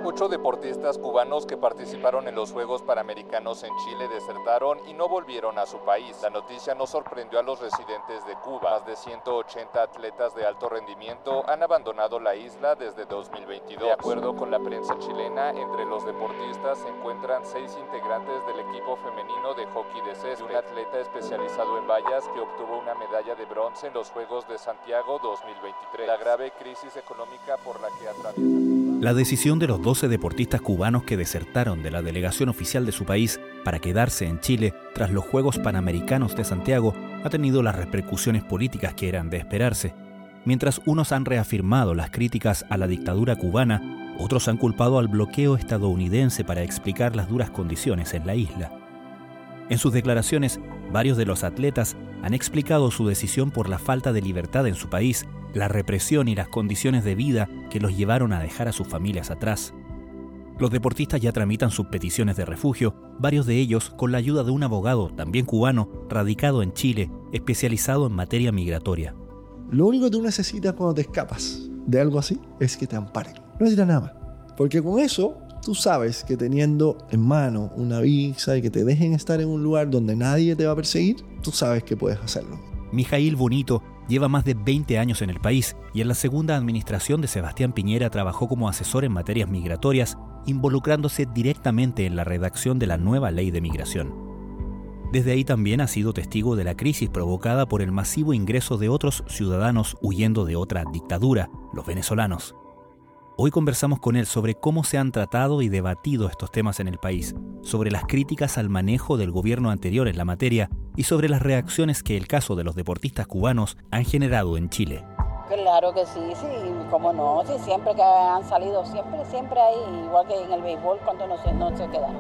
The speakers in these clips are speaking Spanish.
8 deportistas cubanos que participaron en los Juegos Panamericanos en Chile desertaron y no volvieron a su país. La noticia no sorprendió a los residentes de Cuba. Más de 180 atletas de alto rendimiento han abandonado la isla desde 2022. De acuerdo con la prensa chilena, entre los deportistas se encuentran 6 integrantes del equipo femenino de hockey de césped, un atleta especializado en vallas que obtuvo una medalla de bronce en los Juegos de Santiago 2023. La grave crisis económica por la que atraviesa La decisión de los 12 deportistas cubanos que desertaron de la delegación oficial de su país para quedarse en Chile tras los Juegos Panamericanos de Santiago ha tenido las repercusiones políticas que eran de esperarse. Mientras unos han reafirmado las críticas a la dictadura cubana, otros han culpado al bloqueo estadounidense para explicar las duras condiciones en la isla. En sus declaraciones, varios de los atletas han explicado su decisión por la falta de libertad en su país, la represión y las condiciones de vida que los llevaron a dejar a sus familias atrás. Los deportistas ya tramitan sus peticiones de refugio, varios de ellos con la ayuda de un abogado, también cubano, radicado en Chile, especializado en materia migratoria. Lo único que tú necesitas cuando te escapas de algo así es que te amparen. No necesitas nada más. Porque con eso, tú sabes que teniendo en mano una visa y que te dejen estar en un lugar donde nadie te va a perseguir, tú sabes que puedes hacerlo. Mijaíl Bonito lleva más de 20 años en el país y en la segunda administración de Sebastián Piñera trabajó como asesor en materias migratorias, involucrándose directamente en la redacción de la nueva ley de migración. Desde ahí también ha sido testigo de la crisis provocada por el masivo ingreso de otros ciudadanos huyendo de otra dictadura, los venezolanos. Hoy conversamos con él sobre cómo se han tratado y debatido estos temas en el país, sobre las críticas al manejo del gobierno anterior en la materia y sobre las reacciones que el caso de los deportistas cubanos han generado en Chile. Claro que sí, cómo no, sí, siempre que han salido, siempre hay, igual que en el béisbol cuando no se quedan,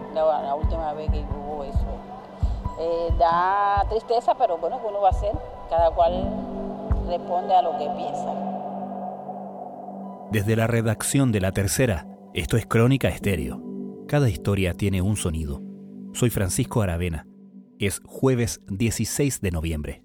la última vez que hubo eso. Da tristeza, pero bueno, ¿qué uno va a hacer? Cada cual responde a lo que piensa. Desde la redacción de La Tercera, esto es Crónica Estéreo. Cada historia tiene un sonido. Soy Francisco Aravena. Es jueves 16 de noviembre.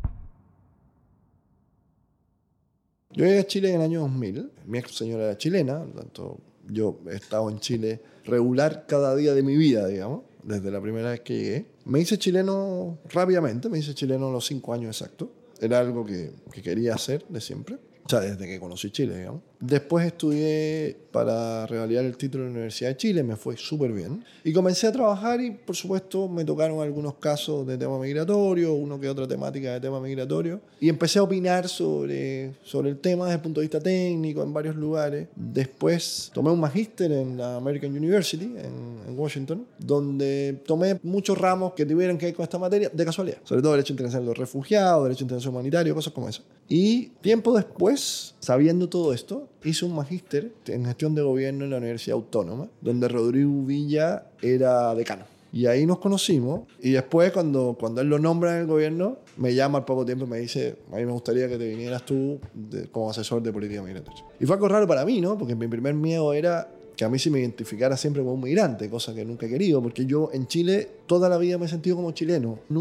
Yo llegué a Chile en el año 2000. Mi ex señora era chilena, por lo tanto yo he estado en Chile regular cada día de mi vida, digamos, desde la primera vez que llegué. Me hice chileno rápidamente, me hice chileno a los 5 años exactos. Era algo que quería hacer de siempre. O sea, desde que conocí Chile, digamos. Después estudié para revalidar el título de la Universidad de Chile, me fue súper bien. Y comencé a trabajar y, por supuesto, me tocaron algunos casos de tema migratorio, uno que otra temática de tema migratorio. Y empecé a opinar sobre el tema desde el punto de vista técnico en varios lugares. Después tomé un magíster en la American University, en Washington, donde tomé muchos ramos que tuvieran que ver con esta materia de casualidad. Sobre todo Derecho Internacional de los Refugiados, Derecho Internacional Humanitario, cosas como eso. Y tiempo después, sabiendo todo esto, hice un magíster en gestión de gobierno en la Universidad Autónoma, donde Rodrigo Villa era decano. Y ahí nos conocimos. Y después, cuando él lo nombra en el gobierno, me llama al poco tiempo y me dice: a mí me gustaría que te vinieras tú como asesor de política migratoria. Y fue algo raro para mí, ¿no? Porque mi primer miedo era que a mí se me identificara siempre como un migrante, cosa que nunca he querido, porque yo en Chile toda la vida me he sentido como chileno. Yo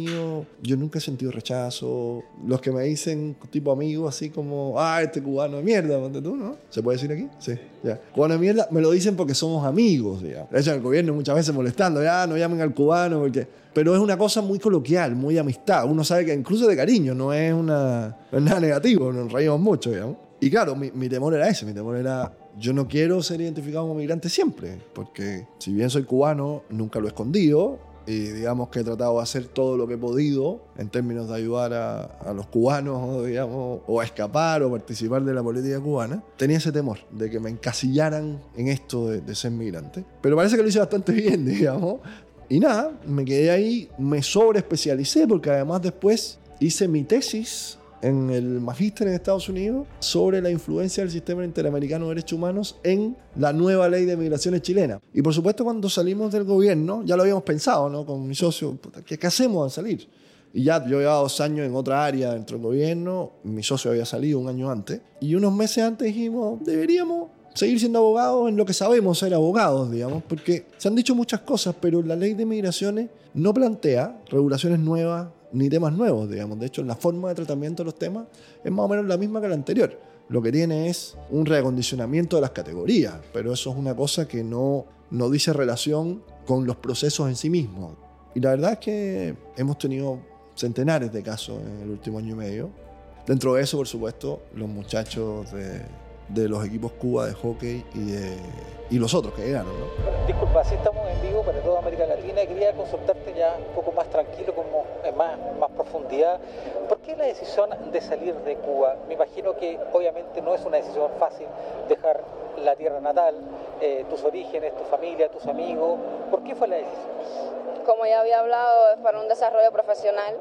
nunca he sentido rechazo. Los que me dicen tipo amigos, así como, este cubano de mierda, ponte tú, ¿no? ¿Se puede decir aquí? Sí, ya. Cubano de mierda, me lo dicen porque somos amigos, digamos. De hecho, el gobierno muchas veces molestando, no llamen al cubano, porque... Pero es una cosa muy coloquial, muy amistad. Uno sabe que incluso de cariño, no es nada negativo, nos reímos mucho, digamos. Y claro, mi temor era ese, yo no quiero ser identificado como migrante siempre, porque si bien soy cubano, nunca lo he escondido, y digamos que he tratado de hacer todo lo que he podido en términos de ayudar a los cubanos, digamos, o a escapar o participar de la política cubana. Tenía ese temor de que me encasillaran en esto de ser migrante. Pero parece que lo hice bastante bien, digamos. Y nada, me quedé ahí, me sobreespecialicé, porque además después hice mi tesis en el magíster en Estados Unidos sobre la influencia del sistema interamericano de derechos humanos en la nueva ley de migraciones chilena. Y por supuesto, cuando salimos del gobierno, ya lo habíamos pensado, ¿no? Con mi socio, ¿qué hacemos al salir? Y ya yo llevaba 2 años en otra área dentro del gobierno, mi socio había salido 1 año antes, y unos meses antes dijimos, deberíamos seguir siendo abogados en lo que sabemos ser abogados, digamos, porque se han dicho muchas cosas, pero la ley de migraciones no plantea regulaciones nuevas ni temas nuevos, digamos. De hecho, la forma de tratamiento de los temas es más o menos la misma que la anterior. Lo que tiene es un reacondicionamiento de las categorías, pero eso es una cosa que no dice relación con los procesos en sí mismos. Y la verdad es que hemos tenido centenares de casos en el último año y medio. Dentro de eso, por supuesto, los muchachos de los equipos Cuba de hockey y los otros que llegaron, ¿no? Disculpa, si estamos en vivo para toda América Latina, quería consultarte ya un poco más tranquilo, como en más profundidad. ¿Por qué la decisión de salir de Cuba? Me imagino que obviamente no es una decisión fácil dejar la tierra natal, tus orígenes, tu familia, tus amigos. ¿Por qué fue la decisión? Como ya había hablado, es para un desarrollo profesional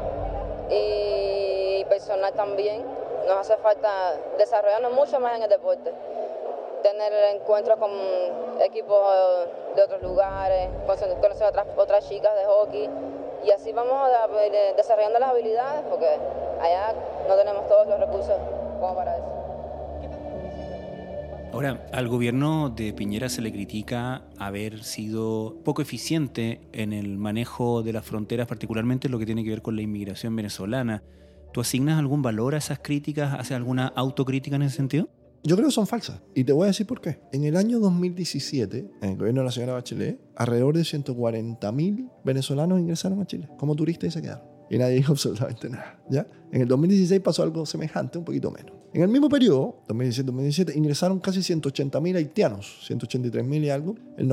y personal también. Nos hace falta desarrollarnos mucho más en el deporte, tener encuentros con equipos de otros lugares, conocer otras chicas de hockey, y así vamos desarrollando las habilidades, porque allá no tenemos todos los recursos como para eso. Ahora, al gobierno de Piñera se le critica haber sido poco eficiente en el manejo de las fronteras, particularmente en lo que tiene que ver con la inmigración venezolana. ¿Tú asignas algún valor a esas críticas? ¿Haces alguna autocrítica en ese sentido? Yo creo que son falsas, y te voy a decir por qué. En el año 2017, en el gobierno de la señora Bachelet, alrededor de 140.000 venezolanos ingresaron a Chile como turistas y se quedaron. Y nadie dijo absolutamente nada, ¿ya? En el 2016 pasó algo semejante, un poquito menos. En el mismo periodo, 2017, ingresaron casi 180.000 haitianos, 183.000 y algo. El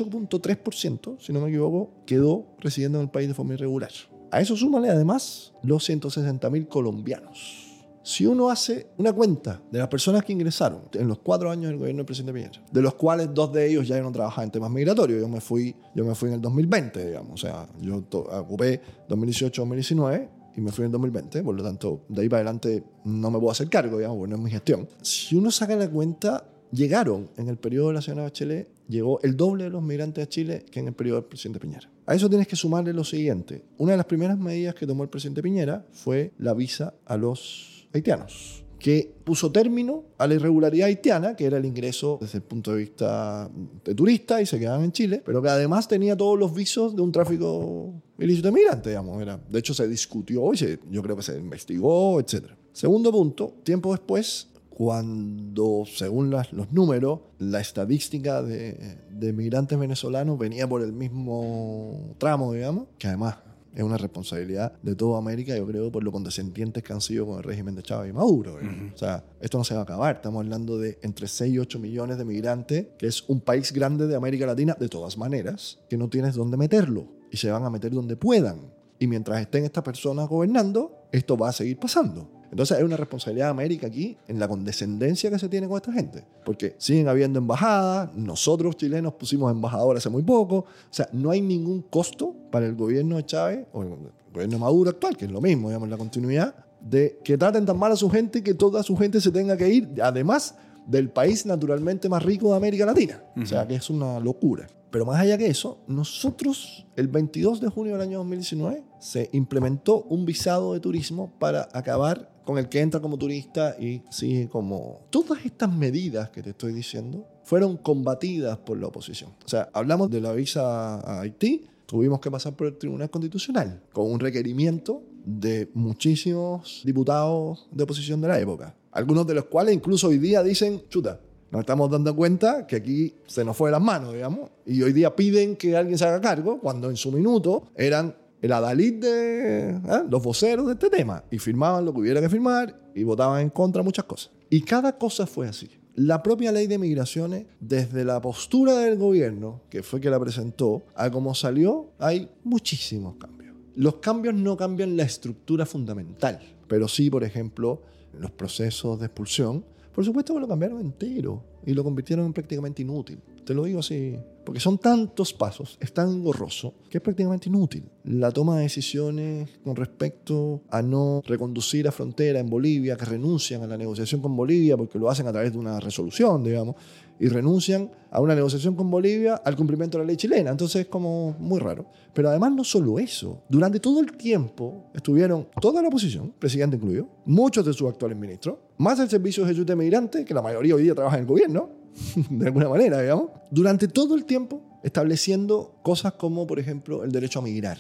98.3%, si no me equivoco, quedó residiendo en el país de forma irregular. A eso súmale además los 160.000 colombianos. Si uno hace una cuenta de las personas que ingresaron en los 4 años del gobierno del presidente Piñera, de los cuales 2 de ellos ya no trabajaban en temas migratorios, yo me fui en el 2020, digamos, o sea, yo ocupé 2018-2019 y me fui en el 2020, por lo tanto, de ahí para adelante no me puedo hacer cargo, digamos, porque no es mi gestión. Si uno saca la cuenta, llegaron en el periodo de la señora Bachelet, llegó el doble de los migrantes a Chile que en el periodo del presidente Piñera. A eso tienes que sumarle lo siguiente. Una de las primeras medidas que tomó el presidente Piñera fue la visa a los haitianos, que puso término a la irregularidad haitiana, que era el ingreso desde el punto de vista de turista y se quedaban en Chile, pero que además tenía todos los visos de un tráfico ilícito de migrantes, digamos. De hecho, se discutió y yo creo que se investigó, etc. Segundo punto, tiempo después, cuando, según los números, la estadística de migrantes venezolanos venía por el mismo tramo, digamos, que además es una responsabilidad de toda América, yo creo, por lo condescendientes que han sido con el régimen de Chávez y Maduro. O sea, esto no se va a acabar. Estamos hablando de entre 6 y 8 millones de migrantes, que es un país grande de América Latina, de todas maneras, que no tienes dónde meterlo. Y se van a meter donde puedan. Y mientras estén estas personas gobernando, esto va a seguir pasando. Entonces hay una responsabilidad de América aquí en la condescendencia que se tiene con esta gente. Porque siguen habiendo embajadas, nosotros chilenos pusimos embajador hace muy poco. O sea, no hay ningún costo para el gobierno de Chávez o el gobierno de Maduro actual, que es lo mismo, digamos, la continuidad, de que traten tan mal a su gente que toda su gente se tenga que ir, además del país naturalmente más rico de América Latina. O sea, que es una locura. Pero más allá que eso, nosotros, el 22 de junio del año 2019, se implementó un visado de turismo para acabar con el que entra como turista y sigue como... Todas estas medidas que te estoy diciendo fueron combatidas por la oposición. O sea, hablamos de la visa a Haití, tuvimos que pasar por el Tribunal Constitucional con un requerimiento de muchísimos diputados de oposición de la época. Algunos de los cuales incluso hoy día dicen, chuta, nos estamos dando cuenta que aquí se nos fue de las manos, digamos, y hoy día piden que alguien se haga cargo cuando en su minuto eran el adalid de los voceros de este tema y firmaban lo que hubiera que firmar y votaban en contra de muchas cosas. Y cada cosa fue así. La propia ley de migraciones, desde la postura del gobierno, que fue que la presentó, a cómo salió, hay muchísimos cambios. Los cambios no cambian la estructura fundamental, pero sí, por ejemplo, los procesos de expulsión, por supuesto que lo cambiaron entero y lo convirtieron en prácticamente inútil. Te lo digo así, porque son tantos pasos, es tan engorroso, que es prácticamente inútil. La toma de decisiones con respecto a no reconducir a frontera en Bolivia, que renuncian a la negociación con Bolivia porque lo hacen a través de una resolución, digamos, y renuncian a una negociación con Bolivia al cumplimiento de la ley chilena. Entonces es como muy raro. Pero además no solo eso. Durante todo el tiempo estuvieron toda la oposición, presidente incluido, muchos de sus actuales ministros, más el Servicio de Jesús de Migrantes, que la mayoría hoy día trabaja en el gobierno, de alguna manera, digamos, durante todo el tiempo estableciendo cosas como, por ejemplo, el derecho a migrar.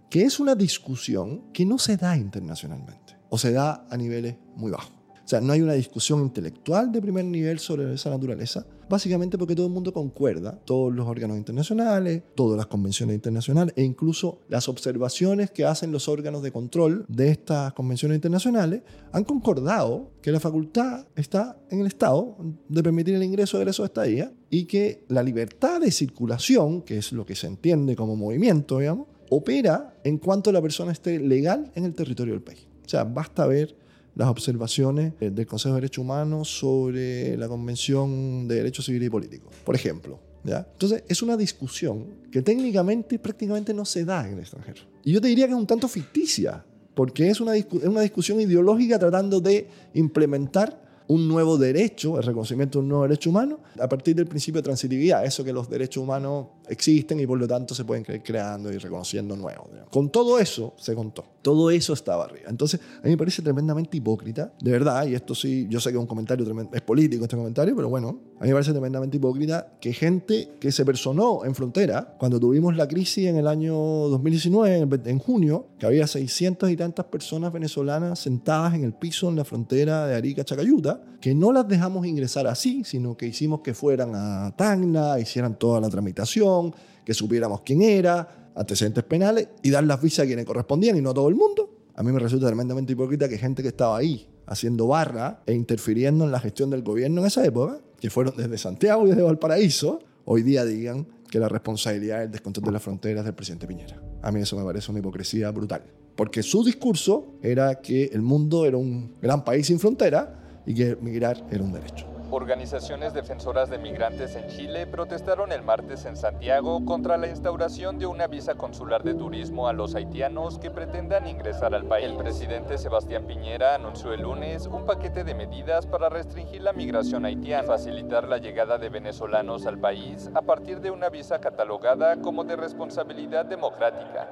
que es una discusión que no se da internacionalmente o se da a niveles muy bajos. O sea, no hay una discusión intelectual de primer nivel sobre esa naturaleza, básicamente porque todo el mundo concuerda, todos los órganos internacionales, todas las convenciones internacionales e incluso las observaciones que hacen los órganos de control de estas convenciones internacionales han concordado que la facultad está en el Estado de permitir el ingreso o egreso de estadía y que la libertad de circulación, que es lo que se entiende como movimiento, digamos, opera en cuanto la persona esté legal en el territorio del país. O sea, basta ver las observaciones del Consejo de Derechos Humanos sobre la Convención de Derechos Civiles y Políticos, por ejemplo. ¿Ya? Entonces, es una discusión que técnicamente prácticamente no se da en el extranjero. Y yo te diría que es un tanto ficticia, porque es una discusión ideológica tratando de implementar un nuevo derecho, el reconocimiento de un nuevo derecho humano, a partir del principio de transitividad, eso que los derechos humanos existen y por lo tanto se pueden ir creando y reconociendo nuevos. Con todo eso se contó, todo eso estaba arriba. Entonces, a mí me parece tremendamente hipócrita, de verdad, y esto sí, yo sé que es un comentario es político este comentario, pero bueno, a mí me parece tremendamente hipócrita que gente que se personó en frontera, cuando tuvimos la crisis en el año 2019, en junio, que había 600 y tantas personas venezolanas sentadas en el piso en la frontera de Arica-Chacayuta, que no las dejamos ingresar así, sino que hicimos que fueran a Tacna, hicieran toda la tramitación, que supiéramos quién era, antecedentes penales, y dar las visas a quienes correspondían y no a todo el mundo. A mí me resulta tremendamente hipócrita que gente que estaba ahí haciendo barra e interfiriendo en la gestión del gobierno en esa época, que fueron desde Santiago y desde Valparaíso, hoy día digan que la responsabilidad del descontrol de las fronteras es del presidente Piñera. A mí eso me parece una hipocresía brutal. Porque su discurso era que el mundo era un gran país sin frontera y que migrar era un derecho. Organizaciones defensoras de migrantes en Chile protestaron el martes en Santiago contra la instauración de una visa consular de turismo a los haitianos que pretendan ingresar al país. El presidente Sebastián Piñera anunció el lunes un paquete de medidas para restringir la migración haitiana y facilitar la llegada de venezolanos al país a partir de una visa catalogada como de responsabilidad democrática.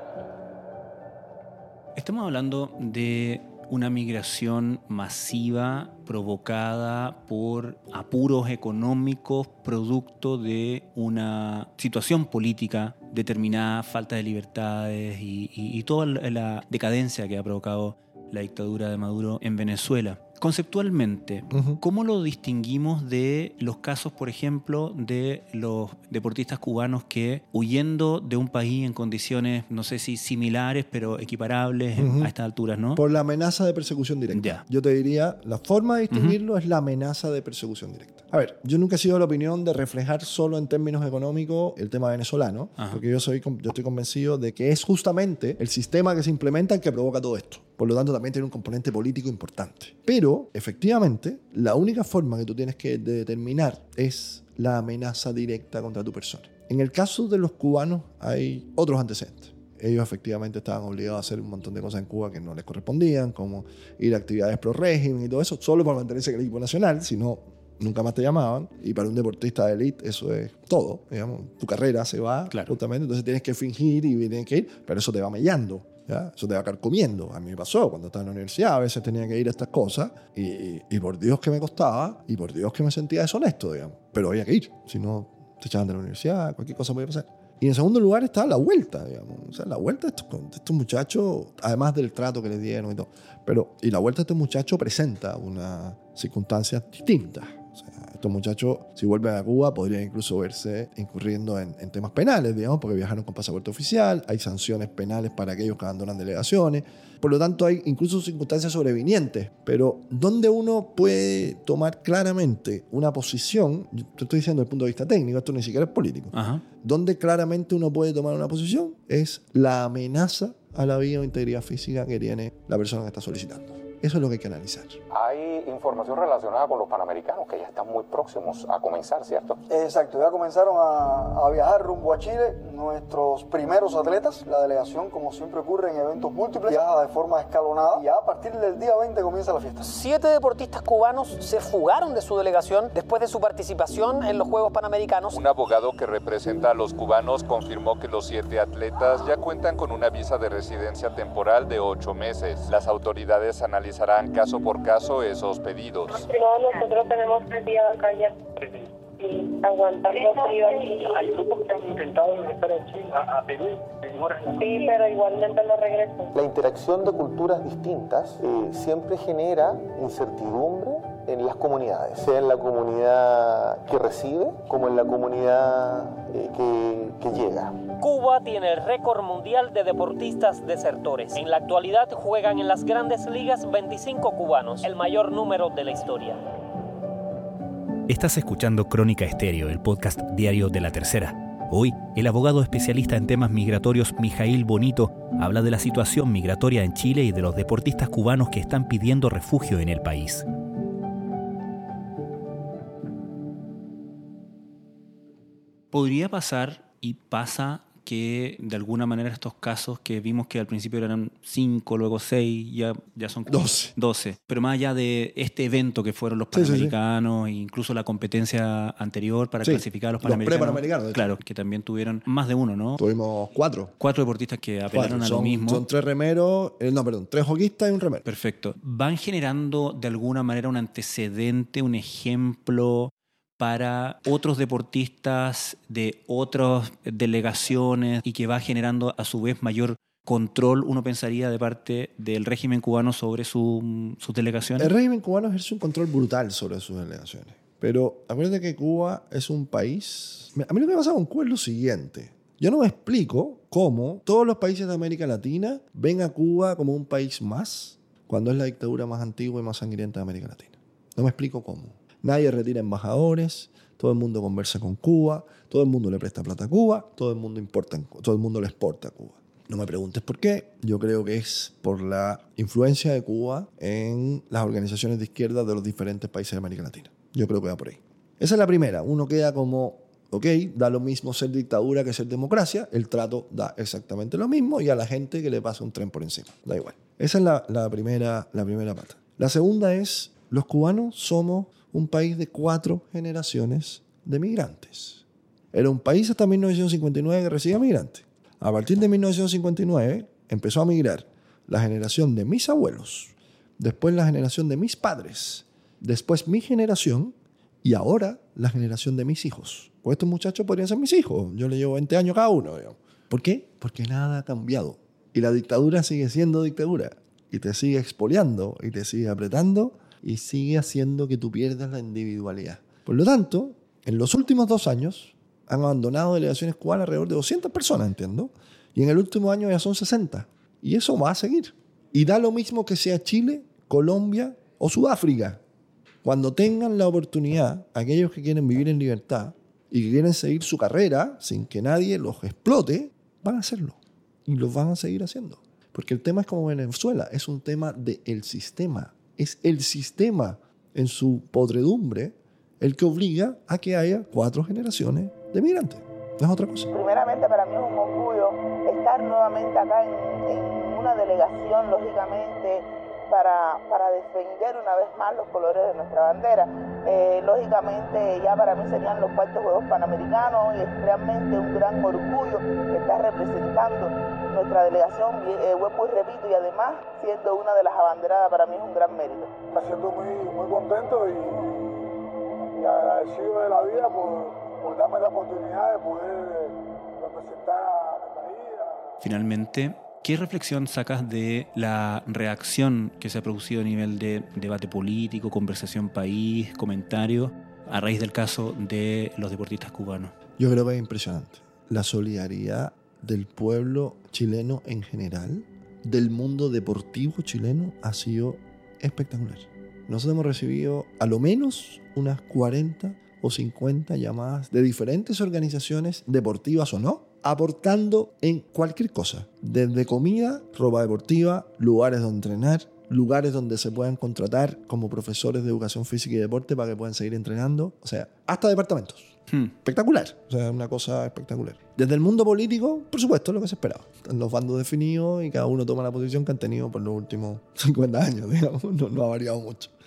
Estamos hablando de una migración masiva provocada por apuros económicos producto de una situación política determinada, falta de libertades y toda la decadencia que ha provocado la dictadura de Maduro en Venezuela. Conceptualmente, ¿cómo lo distinguimos de los casos, por ejemplo, de los deportistas cubanos que, huyendo de un país en condiciones, no sé si similares, pero equiparables a estas alturas, ¿no? Por la amenaza de persecución directa. Ya. Yo te diría, la forma de distinguirlo es la amenaza de persecución directa. A ver, yo nunca he sido de la opinión de reflejar solo en términos económicos el tema venezolano, porque yo estoy convencido de que es justamente el sistema que se implementa el que provoca todo esto. Por lo tanto, también tiene un componente político importante. Pero, efectivamente, la única forma que tú tienes que determinar es la amenaza directa contra tu persona. En el caso de los cubanos hay otros antecedentes. Ellos efectivamente estaban obligados a hacer un montón de cosas en Cuba que no les correspondían, como ir a actividades pro régimen y todo eso, solo para mantenerse en el equipo nacional, si no, nunca más te llamaban. Y para un deportista de élite eso es todo, digamos. Tu carrera se va, justamente, entonces tienes que fingir y tienes que ir, pero eso te va mellando. ¿Ya? Eso te va carcomiendo. A mí me pasó cuando estaba en la universidad, a veces tenía que ir a estas cosas y por Dios que me costaba y por Dios que me sentía deshonesto, digamos. Pero había que ir, si no te echaban de la universidad, cualquier cosa podía pasar. Y en segundo lugar está la vuelta, digamos. O sea, la vuelta de estos muchachos, además del trato que les dieron y todo, y la vuelta de estos muchachos presenta unas circunstancias distintas. O sea, estos muchachos, si vuelven a Cuba, podrían incluso verse incurriendo en temas penales, digamos, porque viajaron con pasaporte oficial, hay sanciones penales para aquellos que abandonan delegaciones. Por lo tanto, hay incluso circunstancias sobrevinientes. Pero ¿dónde uno puede tomar claramente una posición? Yo te estoy diciendo desde el punto de vista técnico, esto ni siquiera es político. Donde claramente uno puede tomar una posición es la amenaza a la vida o integridad física que tiene la persona que está solicitando. Eso es lo que hay que analizar. Hay información relacionada con los Panamericanos que ya están muy próximos a comenzar, ¿cierto? Exacto, ya comenzaron a viajar rumbo a Chile nuestros primeros atletas. La delegación, como siempre ocurre en eventos múltiples, viaja de forma escalonada y ya a partir del día 20 comienza la fiesta. 7 deportistas cubanos se fugaron de su delegación después de su participación en los Juegos Panamericanos. Un abogado que representa a los cubanos confirmó que los 7 atletas ya cuentan con una visa de residencia temporal de 8 meses. Las autoridades analizarán caso por caso esos pedidos. No, nosotros tenemos enviado acá ya. Sí, aguantando frío aquí. Hay grupos que han intentado regresar a Chile, a Perú, en horas. Sí, pero igualmente no regresan. La interacción de culturas distintas siempre genera incertidumbre en las comunidades, sea en la comunidad que recibe como en la comunidad que llega. Cuba tiene el récord mundial de deportistas desertores. En la actualidad juegan en las grandes ligas 25 cubanos, el mayor número de la historia. Estás escuchando Crónica Estéreo, el podcast diario de La Tercera. Hoy, el abogado especialista en temas migratorios Mijaíl Bonito habla de la situación migratoria en Chile y de los deportistas cubanos que están pidiendo refugio en el país. Podría pasar, y pasa, que de alguna manera estos casos que vimos que al principio eran 5, luego 6, ya son 12. Pero más allá de este evento que fueron los Panamericanos, e incluso la competencia anterior para clasificar a los Panamericanos. Los pre-Panamericanos. Claro, que también tuvieron más de uno, ¿no? Tuvimos 4. 4 deportistas que apelaron a lo mismo. Son 3 remeros, 3 hockeyistas y un remero. Perfecto. Van generando de alguna manera un antecedente, un ejemplo para otros deportistas de otras delegaciones y que va generando a su vez mayor control, uno pensaría, de parte del régimen cubano sobre sus delegaciones. El régimen cubano ejerce un control brutal sobre sus delegaciones. Pero acuérdate que Cuba es un país... A mí lo que me pasa con Cuba es lo siguiente. Yo no me explico cómo todos los países de América Latina ven a Cuba como un país más cuando es la dictadura más antigua y más sangrienta de América Latina. No me explico cómo. Nadie retira embajadores, todo el mundo conversa con Cuba, todo el mundo le presta plata a Cuba, todo el mundo le exporta a Cuba. No me preguntes por qué. Yo creo que es por la influencia de Cuba en las organizaciones de izquierda de los diferentes países de América Latina. Yo creo que va por ahí. Esa es la primera. Uno queda como, da lo mismo ser dictadura que ser democracia. El trato da exactamente lo mismo y a la gente que le pasa un tren por encima. Da igual. Esa es la primera pata. La segunda es, los cubanos somos un país de 4 generaciones de migrantes. Era un país hasta 1959 que recibía migrantes. A partir de 1959 empezó a migrar la generación de mis abuelos, después la generación de mis padres, después mi generación y ahora la generación de mis hijos. Pues estos muchachos podrían ser mis hijos. Yo les llevo 20 años cada uno. Digamos. ¿Por qué? Porque nada ha cambiado. Y la dictadura sigue siendo dictadura. Y te sigue expoliando y te sigue apretando y sigue haciendo que tú pierdas la individualidad. Por lo tanto, en los últimos 2 años han abandonado delegaciones cubanas alrededor de 200 personas, entiendo, y en el último año ya son 60. Y eso va a seguir. Y da lo mismo que sea Chile, Colombia o Sudáfrica. Cuando tengan la oportunidad, aquellos que quieren vivir en libertad y que quieren seguir su carrera sin que nadie los explote, van a hacerlo. Y lo van a seguir haciendo. Porque el tema es como Venezuela, es un tema del sistema. Es el sistema en su podredumbre el que obliga a que haya 4 generaciones de migrantes. No es otra cosa. Primeramente, para mí es un orgullo estar nuevamente acá en una delegación, lógicamente, para defender una vez más los colores de nuestra bandera. Lógicamente, ya para mí serían los 4 Juegos Panamericanos y es realmente un gran orgullo estar representando nuestra delegación, vuelvo y repito, y además siendo una de las abanderadas, para mí es un gran mérito. Me siento muy contento y agradecido de la vida por darme la oportunidad de poder representar a mi país. Finalmente, ¿qué reflexión sacas de la reacción que se ha producido a nivel de debate político, conversación país, comentarios, a raíz del caso de los deportistas cubanos? Yo creo que es impresionante. La solidaridad del pueblo chileno en general, del mundo deportivo chileno, ha sido espectacular. Nosotros hemos recibido a lo menos unas 40 o 50 llamadas de diferentes organizaciones, deportivas o no, aportando en cualquier cosa, desde comida, ropa deportiva, lugares donde entrenar, lugares donde se puedan contratar como profesores de educación física y deporte para que puedan seguir entrenando, o sea, hasta departamentos. Espectacular, o sea, una cosa espectacular. Desde el mundo político, por supuesto, es lo que se esperaba. Están los bandos definidos y cada uno toma la posición que han tenido por los últimos 50 años, digamos, no ha variado mucho.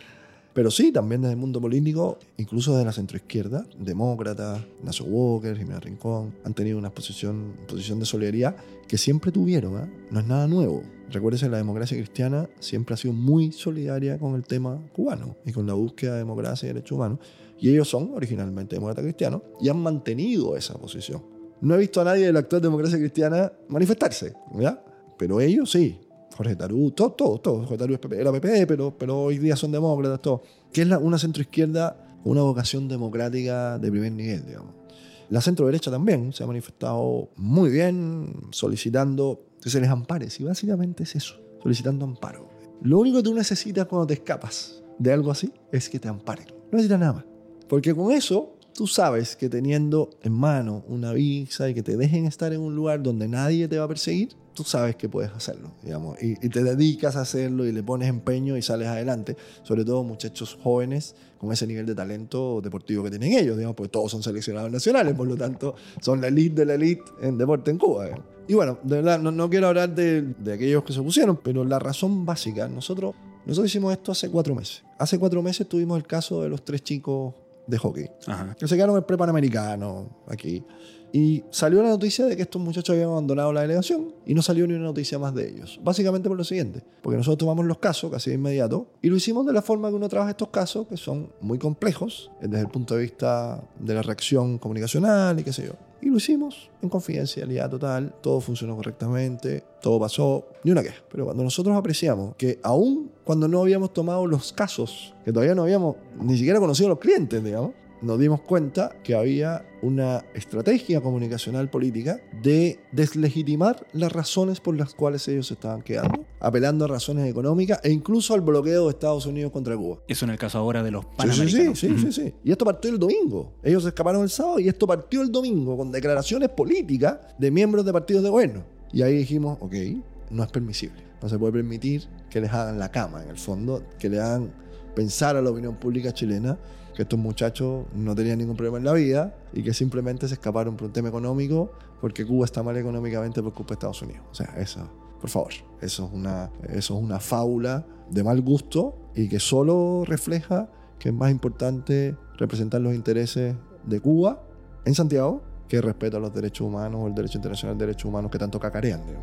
Pero sí, también desde el mundo político, incluso desde la centroizquierda, demócratas, Nacho Walker, Jimena Rincón, han tenido una posición de solidaridad que siempre tuvieron, ¿eh? No es nada nuevo. Recuérdese, la democracia cristiana siempre ha sido muy solidaria con el tema cubano y con la búsqueda de democracia y derechos humanos. Y ellos son originalmente demócratas cristianos y han mantenido esa posición. No he visto a nadie de la actual democracia cristiana manifestarse, ¿ya? Pero ellos sí. Jorge Tarú, todo. Jorge Tarú era PP, pero hoy día son demócratas, todo. Que es una centroizquierda con una vocación democrática de primer nivel, digamos. La centroderecha también se ha manifestado muy bien, solicitando que se les ampare. Y básicamente es eso, solicitando amparo. Lo único que tú necesitas cuando te escapas de algo así es que te amparen. No necesitas nada más. Porque con eso tú sabes que teniendo en mano una visa y que te dejen estar en un lugar donde nadie te va a perseguir, tú sabes que puedes hacerlo, digamos, y te dedicas a hacerlo y le pones empeño y sales adelante. Sobre todo muchachos jóvenes con ese nivel de talento deportivo que tienen ellos, digamos, porque todos son seleccionados nacionales, por lo tanto son la elite de la elite en deporte en Cuba, digamos. Y bueno, de verdad, no quiero hablar de aquellos que se opusieron, pero la razón básica, nosotros hicimos esto hace 4 meses. Hace 4 meses tuvimos el caso de los 3 chicos de hockey, que se quedaron en el pre-panamericano aquí. Y salió la noticia de que estos muchachos habían abandonado la delegación y no salió ni una noticia más de ellos. Básicamente por lo siguiente, porque nosotros tomamos los casos casi de inmediato y lo hicimos de la forma que uno trabaja estos casos, que son muy complejos desde el punto de vista de la reacción comunicacional y qué sé yo. Y lo hicimos en confidencialidad total, todo funcionó correctamente, todo pasó, ni una queja. Pero cuando nosotros apreciamos que aún cuando no habíamos tomado los casos, que todavía no habíamos ni siquiera conocido a los clientes, digamos, nos dimos cuenta que había una estrategia comunicacional política de deslegitimar las razones por las cuales ellos se estaban quedando, apelando a razones económicas e incluso al bloqueo de Estados Unidos contra Cuba. Eso en el caso ahora de los panamericanos. Sí. Y esto partió el domingo. Ellos se escaparon el sábado y esto partió el domingo con declaraciones políticas de miembros de partidos de gobierno. Y ahí dijimos, ok, no es permisible. No se puede permitir que les hagan la cama, en el fondo, que le hagan pensar a la opinión pública chilena que estos muchachos no tenían ningún problema en la vida y que simplemente se escaparon por un tema económico porque Cuba está mal económicamente por culpa de Estados Unidos. O sea, eso, por favor, eso es una fábula de mal gusto y que solo refleja que es más importante representar los intereses de Cuba en Santiago que el respeto a los derechos humanos o el derecho internacional de derechos humanos que tanto cacarean, digamos.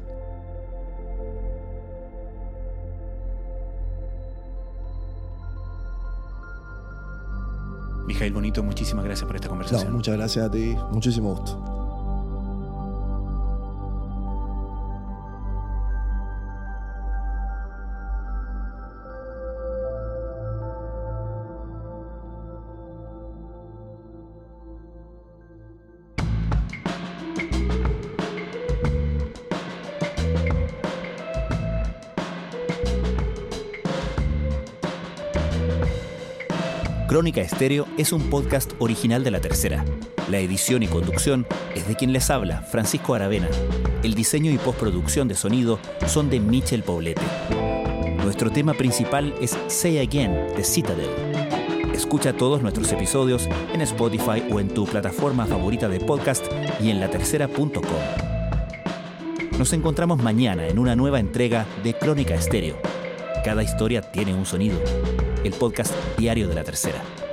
Mijaíl Bonito, muchísimas gracias por esta conversación. No, muchas gracias a ti, muchísimo gusto. Crónica Estéreo es un podcast original de La Tercera. La edición y conducción es de quien les habla, Francisco Aravena. El diseño y postproducción de sonido son de Michel Poblete. Nuestro tema principal es Say Again, de Citadel. Escucha todos nuestros episodios en Spotify o en tu plataforma favorita de podcast y en latercera.com. Nos encontramos mañana en una nueva entrega de Crónica Estéreo. Cada historia tiene un sonido. El podcast diario de La Tercera.